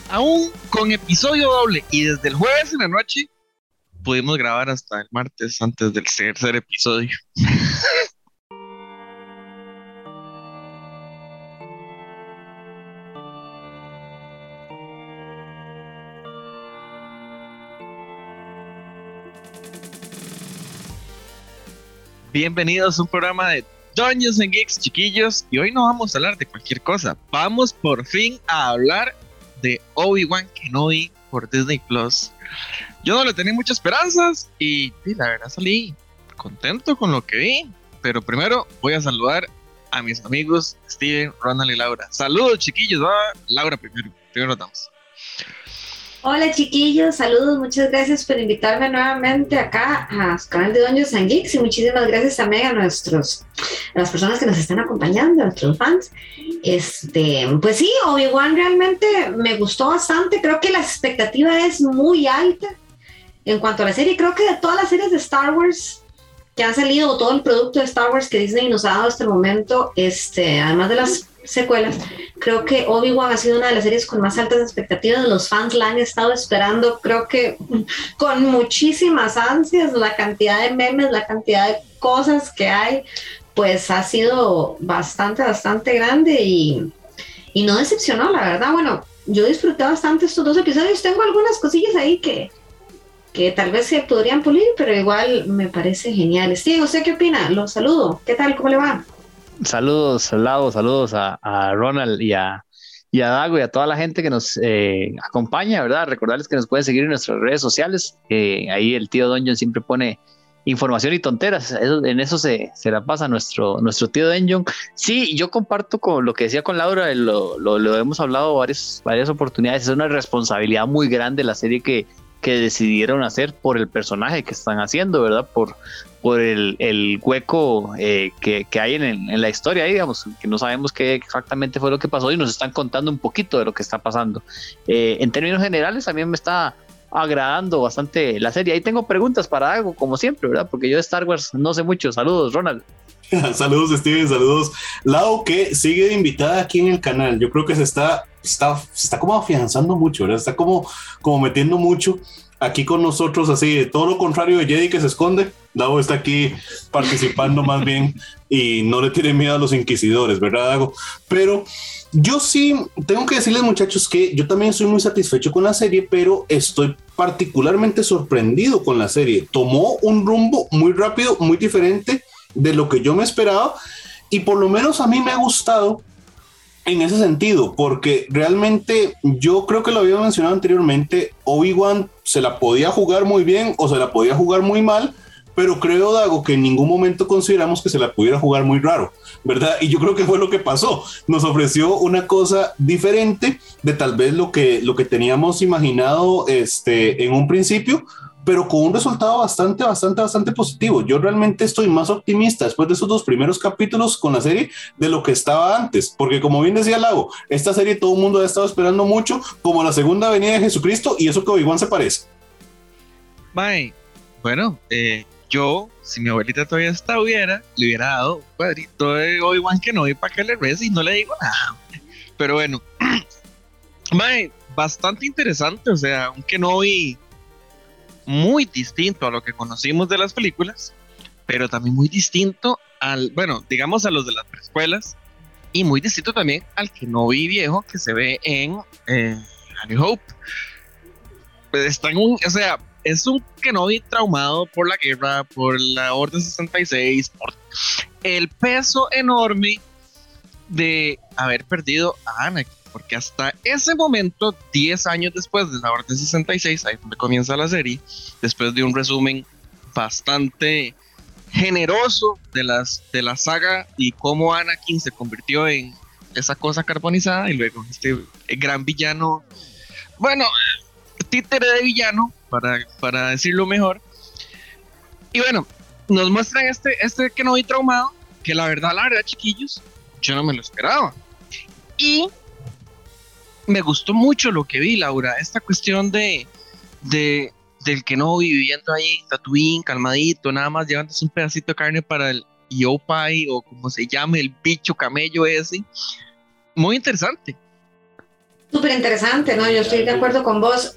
Aún con episodio doble y desde el jueves en la noche, pudimos grabar hasta el martes antes del tercer episodio. Bienvenidos a un programa de Dungeons and Geeks, chiquillos. Y hoy no vamos a hablar de cualquier cosa. Vamos por fin a hablar de Obi-Wan Kenobi por Disney Plus. Yo no le tenía muchas esperanzas y la verdad salí contento con lo que vi. Pero primero voy a saludar a mis amigos Steven, Ronald y Laura. Saludos, chiquillos. Laura primero nos damos. Hola chiquillos, saludos, muchas gracias por invitarme nuevamente acá a su canal de Dungeons and Geeks y muchísimas gracias también a las personas que nos están acompañando, a nuestros fans. Pues sí, Obi-Wan realmente me gustó bastante, creo que la expectativa es muy alta en cuanto a la serie. Creo que de todas las series de Star Wars que han salido, o todo el producto de Star Wars que Disney nos ha dado hasta el momento, además de las secuelas, creo que Obi-Wan ha sido una de las series con más altas expectativas. Los fans la han estado esperando, creo que con muchísimas ansias. La cantidad de memes, la cantidad de cosas que hay, pues ha sido bastante grande y no decepcionó, la verdad. Bueno, yo disfruté bastante estos 2 episodios. Tengo algunas cosillas ahí que tal vez se podrían pulir, pero igual me parece genial. Steve, ¿usted qué opina? Los saludo. ¿Qué tal? ¿Cómo le va? Saludos, Lau, saludos a Ronald y a Dago y a toda la gente que nos acompaña, ¿verdad? Recordarles que nos pueden seguir en nuestras redes sociales. Ahí el tío Dungeon siempre pone información y tonteras. En eso se la pasa nuestro tío Dungeon. Sí, yo comparto con lo que decía con Laura, lo hemos hablado varias oportunidades. Es una responsabilidad muy grande la serie que decidieron hacer por el personaje que están haciendo, ¿verdad? Por el hueco que hay en la historia, digamos, que no sabemos qué exactamente fue lo que pasó y nos están contando un poquito de lo que está pasando. En términos generales, a mí me está agradando bastante la serie. Ahí tengo preguntas para algo, como siempre, ¿verdad? Porque yo de Star Wars no sé mucho. Saludos, Ronald. Saludos, Steven, saludos. Lau, que sigue de invitada aquí en el canal. Yo creo que se está como afianzando mucho, ¿verdad? Está como metiendo mucho aquí con nosotros, así, todo lo contrario de Jedi que se esconde. Lau está aquí participando más bien y no le tiene miedo a los inquisidores, ¿verdad, Dago? Pero yo sí tengo que decirles, muchachos, que yo también estoy muy satisfecho con la serie, pero estoy particularmente sorprendido con la serie. Tomó un rumbo muy rápido, muy diferente de lo que yo me esperaba, y por lo menos a mí me ha gustado en ese sentido, porque realmente yo creo que lo había mencionado anteriormente, Obi-Wan se la podía jugar muy bien o se la podía jugar muy mal, pero creo, Dago, que en ningún momento consideramos que se la pudiera jugar muy raro, ¿verdad? Y yo creo que fue lo que pasó. Nos ofreció una cosa diferente de tal vez lo que teníamos imaginado en un principio, pero con un resultado bastante positivo. Yo realmente estoy más optimista después de esos 2 primeros capítulos con la serie de lo que estaba antes, porque como bien decía Lago, esta serie todo el mundo ha estado esperando mucho, como la segunda venida de Jesucristo, y eso que Obi-Wan se parece. Bye. Bueno, yo, si mi abuelita todavía le hubiera dado un cuadrito de Obi-Wan Kenobi para que le rece y no le digo nada. Pero bueno, bastante interesante, o sea, un Kenobi muy distinto a lo que conocimos de las películas, pero también muy distinto digamos a los de las preescuelas, y muy distinto también al Kenobi viejo que se ve en A New Hope. Pues es un Kenobi traumado por la guerra, por la Orden 66, por el peso enorme de haber perdido a Anakin, porque hasta ese momento, 10 años después de la Orden 66, ahí donde comienza la serie, después de un resumen bastante generoso de la saga y cómo Anakin se convirtió en esa cosa carbonizada y luego este gran villano, bueno, títere de villano, para decirlo mejor. Y bueno, nos muestran este Kenobi traumado, que la verdad, chiquillos, yo no me lo esperaba. Y me gustó mucho lo que vi, Laura, esta cuestión del Kenobi viviendo ahí en Tatooine, calmadito, nada más llevándose un pedacito de carne para el Yopai, o como se llame, el bicho camello ese. Muy interesante. Súper interesante, ¿no? Yo estoy de acuerdo con vos.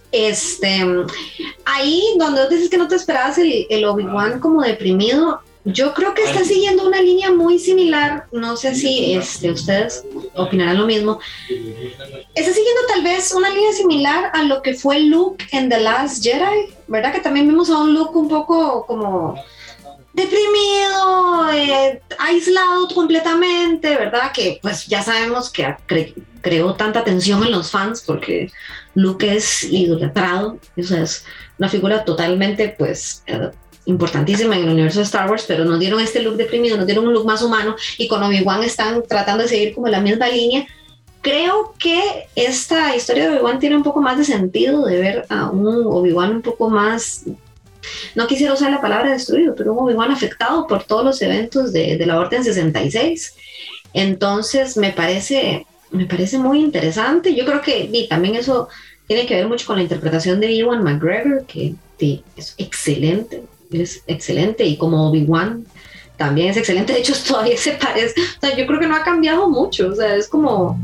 Ahí donde vos dices que no te esperabas el Obi-Wan como deprimido, yo creo que está siguiendo una línea muy similar. No sé si ustedes opinarán lo mismo. Está siguiendo tal vez una línea similar a lo que fue Luke en The Last Jedi, ¿verdad? Que también vimos a un Luke un poco como deprimido, aislado completamente, ¿verdad? Que pues ya sabemos que creó tanta tensión en los fans porque Luke es idolatrado, o sea, es una figura totalmente pues importantísima en el universo de Star Wars, pero nos dieron este look deprimido, nos dieron un look más humano, y con Obi-Wan están tratando de seguir como la misma línea. Creo que esta historia de Obi-Wan tiene un poco más de sentido, de ver a un Obi-Wan un poco más, no quisiera usar la palabra destruido, pero un Obi-Wan afectado por todos los eventos de la Orden 66. Entonces me parece muy interesante. Yo creo que también eso tiene que ver mucho con la interpretación de Ewan McGregor, que es excelente, y como Obi-Wan también es excelente. De hecho, todavía se parece, o sea, yo creo que no ha cambiado mucho, o sea, es como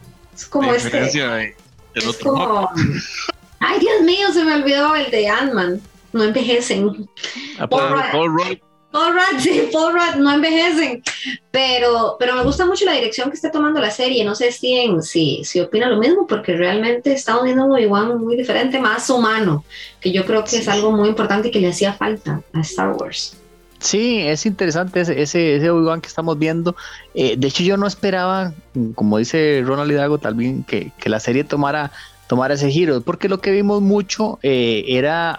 ay, Dios mío, se me olvidó el de Ant-Man. No envejecen. Paul Rudd, no envejecen. Pero me gusta mucho la dirección que está tomando la serie. No sé, Steven, si opina lo mismo, porque realmente estamos viendo un Obi-Wan muy diferente, más humano, que yo creo que es algo muy importante y que le hacía falta a Star Wars. Sí, es interesante ese Obi-Wan que estamos viendo. De hecho, yo no esperaba, como dice Ronald Hidalgo, también que la serie tomara ese giro, porque lo que vimos mucho era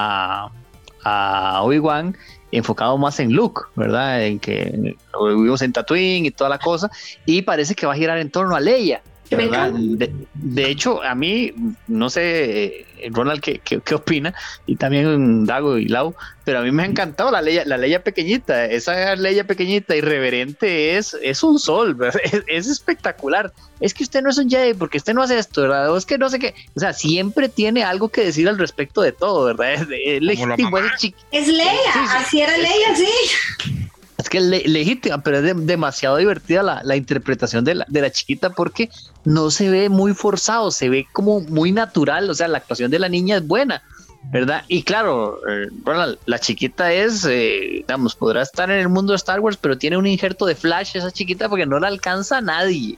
a Obi-Wan enfocado más en Luke, ¿verdad? En que lo vimos en Tatooine y toda la cosa, y parece que va a girar en torno a Leia, ¿verdad? De hecho, a mí, no sé, Ronald, ¿qué opina? Y también Dago y Lau, pero a mí me ha encantado la Leia pequeñita. Esa Leia pequeñita, irreverente, es un sol, ¿verdad? Es espectacular. Es que usted no es un Jedi porque usted no hace esto, ¿verdad? O es que no sé qué. O sea, siempre tiene algo que decir al respecto de todo, ¿verdad? Es legítimo. Es Leia, sí, así era Leia, sí. Es que es legítima, pero es demasiado divertida la interpretación de la chiquita, porque no se ve muy forzado, se ve como muy natural. O sea, la actuación de la niña es buena, ¿verdad? Y claro, Ronald, la chiquita es, digamos, podrá estar en el mundo de Star Wars, pero tiene un injerto de flash esa chiquita porque no la alcanza a nadie.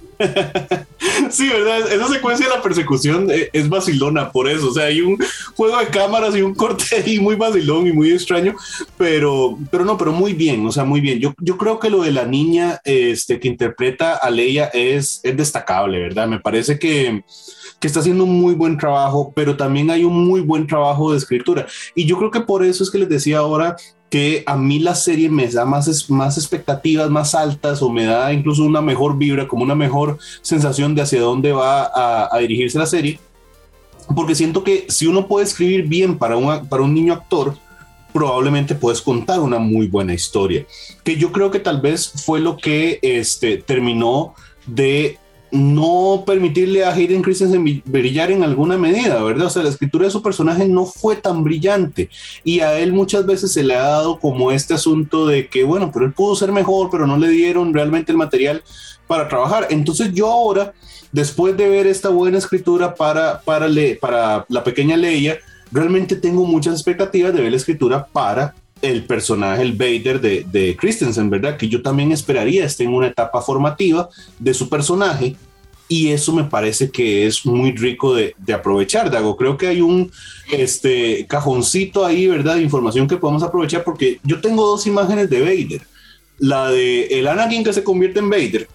Sí, ¿verdad? Esa secuencia de la persecución es vacilona por eso. O sea, hay un juego de cámaras y un corte ahí muy vacilón y muy extraño, pero muy bien, o sea, muy bien. Yo creo que lo de la niña que interpreta a Leia es destacable, ¿verdad? Me parece que está haciendo un muy buen trabajo, pero también hay un muy buen trabajo de escritura. Y yo creo que por eso es que les decía ahora que a mí la serie me da más expectativas más altas, o me da incluso una mejor vibra, como una mejor sensación de hacia dónde va a dirigirse la serie, porque siento que si uno puede escribir bien para un niño actor, probablemente puedes contar una muy buena historia, que yo creo que tal vez fue lo que terminó de no permitirle a Hayden Christensen brillar en alguna medida, ¿verdad? O sea, la escritura de su personaje no fue tan brillante, y a él muchas veces se le ha dado como este asunto de que, bueno, pero él pudo ser mejor, pero no le dieron realmente el material para trabajar. Entonces yo ahora, después de ver esta buena escritura para la pequeña Leia, realmente tengo muchas expectativas de ver la escritura para el personaje, el Vader de Christensen, ¿verdad? Que yo también esperaría esté en una etapa formativa de su personaje, y eso me parece que es muy rico de aprovechar, Dago. Creo que hay un cajoncito ahí, ¿verdad? De información que podemos aprovechar, porque yo tengo dos imágenes de Vader. La de el Anakin que se convierte en Vader,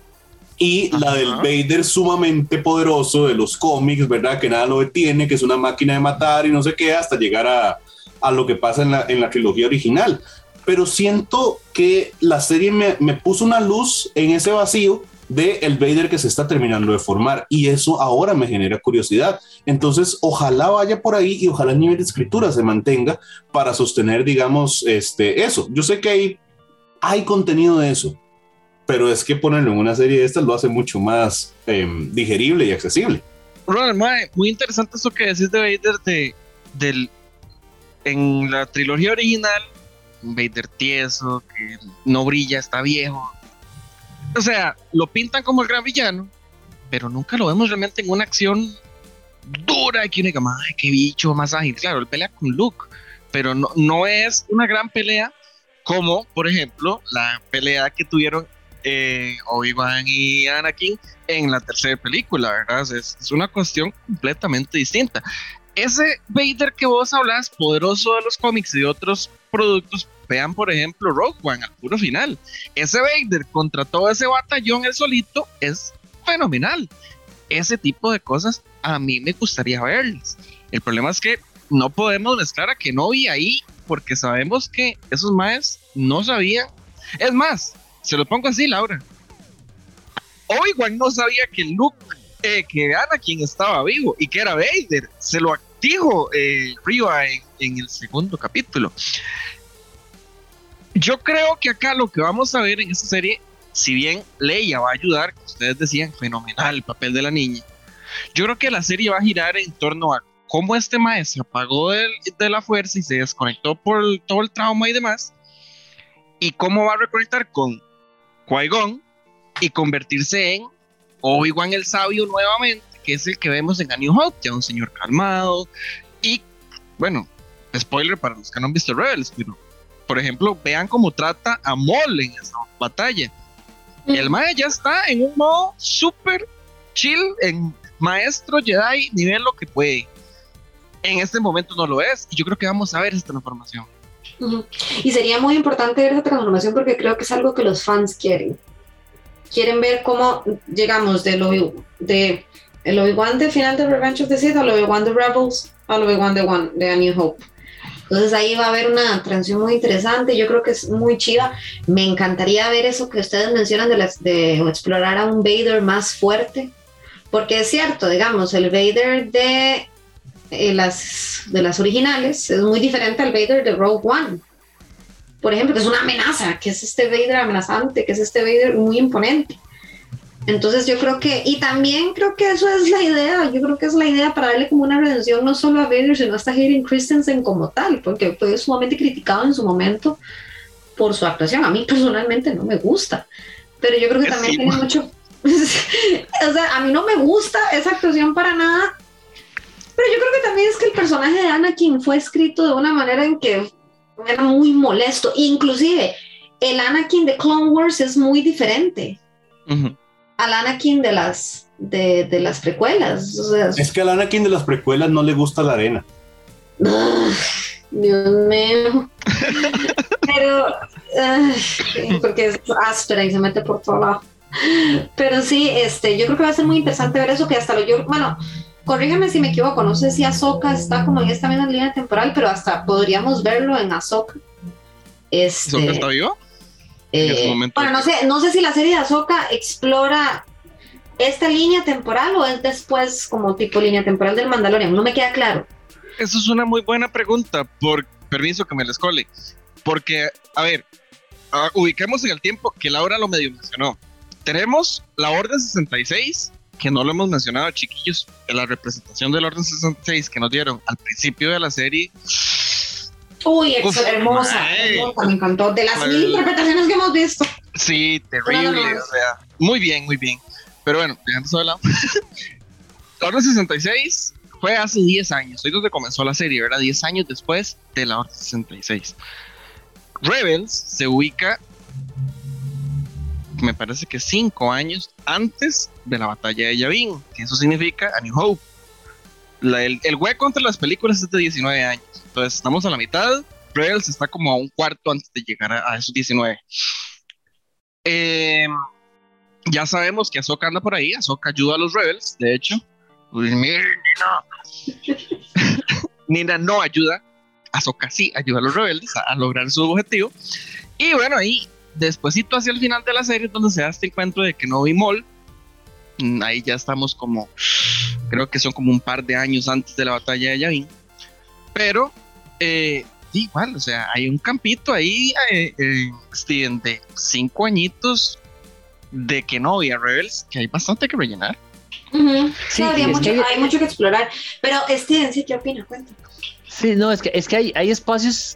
y la del Vader sumamente poderoso de los cómics, ¿verdad? Que nada lo detiene, que es una máquina de matar y no sé qué, hasta llegar a lo que pasa en la trilogía original. Pero siento que la serie me puso una luz en ese vacío de el Vader que se está terminando de formar, y eso ahora me genera curiosidad. Entonces ojalá vaya por ahí, y ojalá el nivel de escritura se mantenga para sostener, digamos, eso. Yo sé que hay contenido de eso, pero es que ponerlo en una serie de estas lo hace mucho más digerible y accesible. Ronald, muy interesante eso que decís de Vader, en la trilogía original, un Vader tieso, que no brilla, está viejo. O sea, lo pintan como el gran villano, pero nunca lo vemos realmente en una acción dura que uno diga, madre, qué bicho más ágil. Claro, él pelea con Luke, pero no es una gran pelea como, por ejemplo, la pelea que tuvieron Obi-Wan y Anakin en la tercera película, ¿verdad? Es una cuestión completamente distinta. Ese Vader que vos hablas, poderoso de los cómics y de otros productos, vean por ejemplo Rogue One al puro final. Ese Vader contra todo ese batallón él solito es fenomenal. Ese tipo de cosas a mí me gustaría verlas. El problema es que no podemos mezclar a Kenobi ahí porque sabemos que esos maes no sabían. Es más, se lo pongo así, Laura. Obi-Wan no sabía que Luke, que Anakin estaba vivo y que era Vader. Se lo dijo Riva en el segundo capítulo. Yo creo que acá lo que vamos a ver en esta serie, si bien Leia va a ayudar, como ustedes decían, fenomenal el papel de la niña, yo creo que la serie va a girar en torno a cómo este maestro apagó de la fuerza y se desconectó por todo el trauma y demás, y cómo va a reconectar con Qui-Gon y convertirse en Obi-Wan el sabio nuevamente, que es el que vemos en A New Hope, ya un señor calmado, y bueno, spoiler para los que no han visto Rebels, pero por ejemplo, vean cómo trata a Maul en esa batalla. El mae ya está en un modo super chill, en maestro Jedi, nivel lo que puede. En este momento no lo es, y yo creo que vamos a ver esta transformación. Y sería muy importante ver esa transformación porque creo que es algo que los fans quieren. Quieren ver cómo llegamos el Obi-Wan de final de Revenge of the Sith al Obi-Wan de Rebels al Obi-Wan de A New Hope. Entonces ahí va a haber una transición muy interesante, yo creo que es muy chiva. Me encantaría ver eso que ustedes mencionan de explorar a un Vader más fuerte, porque es cierto, digamos, el Vader de las originales es muy diferente al Vader de Rogue One, por ejemplo, que es una amenaza, que es este Vader amenazante, que es este Vader muy imponente. Entonces yo creo que, y también creo que eso es la idea, yo creo que es la idea para darle como una redención no solo a Vader, sino hasta a Hayden Christensen como tal, porque fue sumamente criticado en su momento por su actuación. A mí personalmente no me gusta, pero yo creo que también tiene mucho, o sea, a mí no me gusta esa actuación para nada, pero yo creo que también es que el personaje de Anakin fue escrito de una manera en que era muy molesto, inclusive el Anakin de Clone Wars es muy diferente. Al Anakin de las precuelas. O sea, es que al Anakin de las precuelas no le gusta la arena. Dios mío. Pero porque es áspera y se mete por todo lado. Pero sí, yo creo que va a ser muy interesante ver eso, que hasta bueno, corrígeme si me equivoco, no sé si Ahsoka está como en esta misma línea temporal, pero hasta podríamos verlo en Ahsoka. ¿Ahsoka está vivo? Bueno, no sé si la serie de Ahsoka explora esta línea temporal o es después como tipo línea temporal del Mandalorian, no me queda claro. Eso es una muy buena pregunta, por permiso que me la escole, porque, a ver, ubiquemos en el tiempo que Laura lo medio mencionó. Tenemos la Orden 66, que no lo hemos mencionado, chiquillos, la representación de la Orden 66 que nos dieron al principio de la serie. Uy, hermosa, me encantó. De las 1000 interpretaciones que hemos visto. Sí, terrible, o sea, muy bien. Pero bueno, dejando eso de lado. La Orden 66 fue hace 10 años, hoy donde comenzó la serie, ¿verdad? 10 años después de la Orden 66. Rebels se ubica, me parece que 5 años antes de la batalla de Yavin, que eso significa A New Hope. El hueco entre las películas es de 19 años. Entonces estamos a la mitad. Rebels está como a un cuarto antes de llegar a esos 19. Ya sabemos que Ahsoka anda por ahí. Ahsoka ayuda a los Rebels, de hecho. Nina no ayuda. Ahsoka sí ayuda a los rebeldes a lograr su objetivo. Y bueno, ahí despuesito hacia el final de la serie donde se da este encuentro de Kenobi y Maul. Ahí ya estamos como, creo que son como un par de años antes de la batalla de Yavin. Pero igual, o sea, hay un campito ahí, Steven, de 5 añitos de Kenobi a Rebels, que hay bastante que rellenar. Sí, hay mucho que explorar. Pero Steven, ¿sí qué opina? Cuéntame. Sí, no, es que hay espacios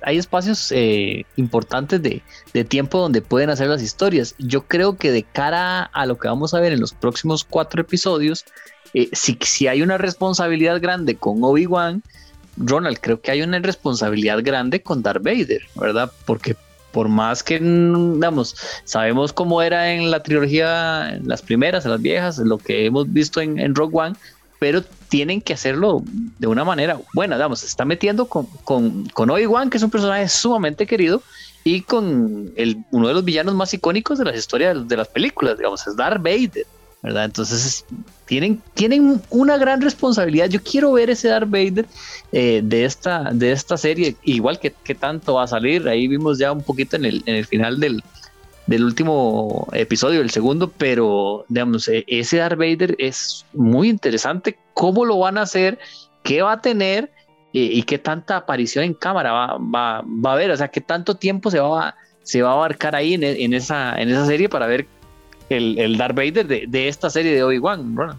importantes de tiempo donde pueden hacer las historias. Yo creo que de cara a lo que vamos a ver en los próximos 4 episodios, si hay una responsabilidad grande con Obi-Wan, Ronald, creo que hay una responsabilidad grande con Darth Vader, ¿verdad? Porque por más que, digamos, sabemos cómo era en la trilogía, en las primeras, en las viejas, lo que hemos visto en Rogue One, pero tienen que hacerlo de una manera buena, digamos, se está metiendo con Obi-Wan, que es un personaje sumamente querido, y con uno de los villanos más icónicos de las historias de las películas, digamos, es Darth Vader, ¿verdad? Entonces tienen una gran responsabilidad. Yo quiero ver ese Darth Vader de esta serie, igual que tanto va a salir. Ahí vimos ya un poquito en el final del último episodio, el segundo, pero digamos, ese Darth Vader es muy interesante. ¿Cómo lo van a hacer? ¿Qué va a tener? Y qué tanta aparición en cámara va a haber, o sea, qué tanto tiempo se va a abarcar ahí en esa serie para ver el Darth Vader de esta serie de Obi-Wan, ¿no?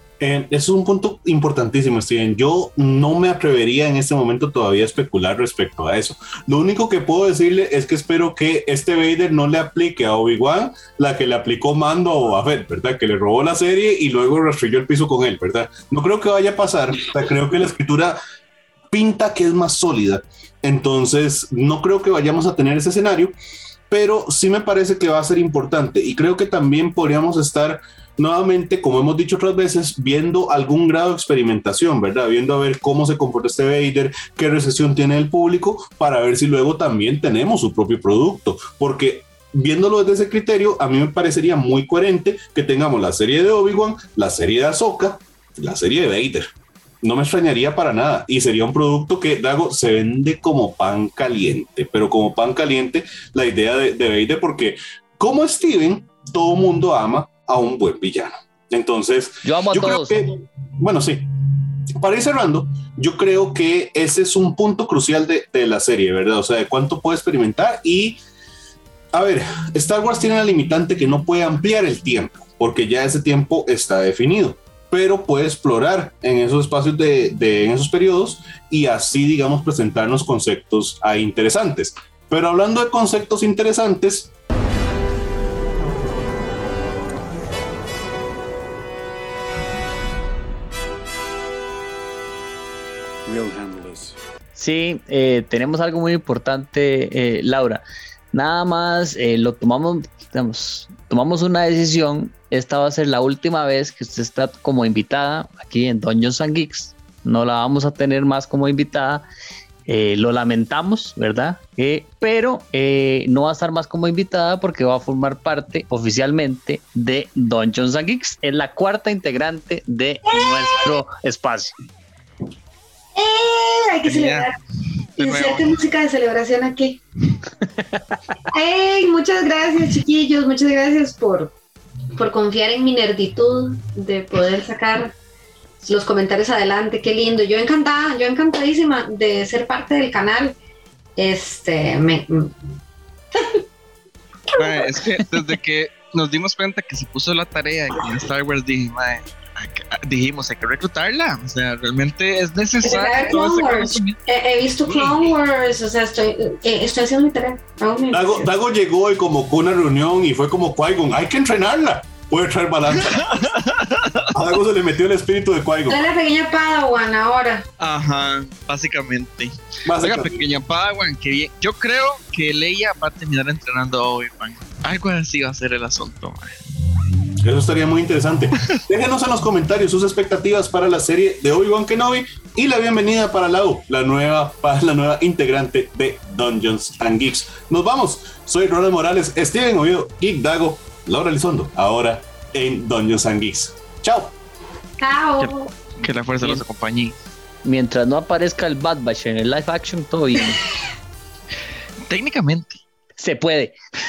Es un punto importantísimo, Steven. Yo no me atrevería en este momento todavía a especular respecto a eso. Lo único que puedo decirle es que espero que este Vader no le aplique a Obi-Wan la que le aplicó Mando a Boba Fett, ¿verdad? Que le robó la serie y luego rastrilló el piso con él, ¿verdad? No creo que vaya a pasar. O sea, creo que la escritura pinta que es más sólida. Entonces, no creo que vayamos a tener ese escenario, pero sí me parece que va a ser importante y creo que también podríamos estar nuevamente, como hemos dicho otras veces, viendo algún grado de experimentación, ¿verdad? Viendo a ver cómo se comporta este Vader, qué recepción tiene el público, para ver si luego también tenemos su propio producto, porque viéndolo desde ese criterio, a mí me parecería muy coherente que tengamos la serie de Obi-Wan, la serie de Ahsoka, la serie de Vader. No me extrañaría para nada y sería un producto que, Dago, se vende como pan caliente, pero como pan caliente la idea de Vader, porque como Steven, todo mundo ama a un buen villano. Entonces, yo amo a todos. Creo que, bueno, sí. Para ir cerrando, yo creo que ese es un punto crucial de la serie, ¿verdad? O sea, de cuánto puede experimentar y, a ver, Star Wars tiene una limitante que no puede ampliar el tiempo, porque ya ese tiempo está definido, pero puede explorar en esos espacios en esos periodos y así, digamos, presentarnos conceptos interesantes. Pero hablando de conceptos interesantes, sí, tenemos algo muy importante, Laura. Nada más tomamos una decisión. Esta va a ser la última vez que usted está como invitada aquí en Dungeons and Geeks. No la vamos a tener más como invitada. Lo lamentamos, ¿verdad? Pero no va a estar más como invitada porque va a formar parte oficialmente de Dungeons and Geeks. Es la 4ª integrante de nuestro espacio. Hay que celebrar. Inserte música de celebración aquí. Muchas gracias, chiquillos. Muchas gracias por confiar en mi nerditud de poder sacar los comentarios adelante. Qué lindo. Yo encantadísima de ser parte del canal. Es que desde que nos dimos cuenta que se puso la tarea en Star Wars, dijimos, hay que reclutarla. O sea, realmente es necesario todo ese conocimiento. He visto Clone Wars, o sea, estoy haciendo mi tarea. Dago llegó y convocó una reunión y fue como Qui-Gon, hay que entrenarla, puede traer balance. A Dago se le metió el espíritu de Qui-Gon. Es la pequeña Padawan ahora. Ajá, básicamente. Oiga, pequeña Padawan, que bien. Yo creo que Leia va a terminar entrenando a Obi-Wan. Algo así va a ser el asunto, man. Eso estaría muy interesante. Déjenos en los comentarios sus expectativas para la serie de Obi-Wan Kenobi y la bienvenida para Lau, la nueva integrante de Dungeons and Geeks. Nos vamos. Soy Ronald Morales, Steven Oviedo, Geek Dago, Laura Elizondo, ahora en Dungeons and Geeks. Chao. Chao. Que la fuerza los acompañe. Mientras no aparezca el Bad Batch en el live action, todo bien. Técnicamente. Se puede.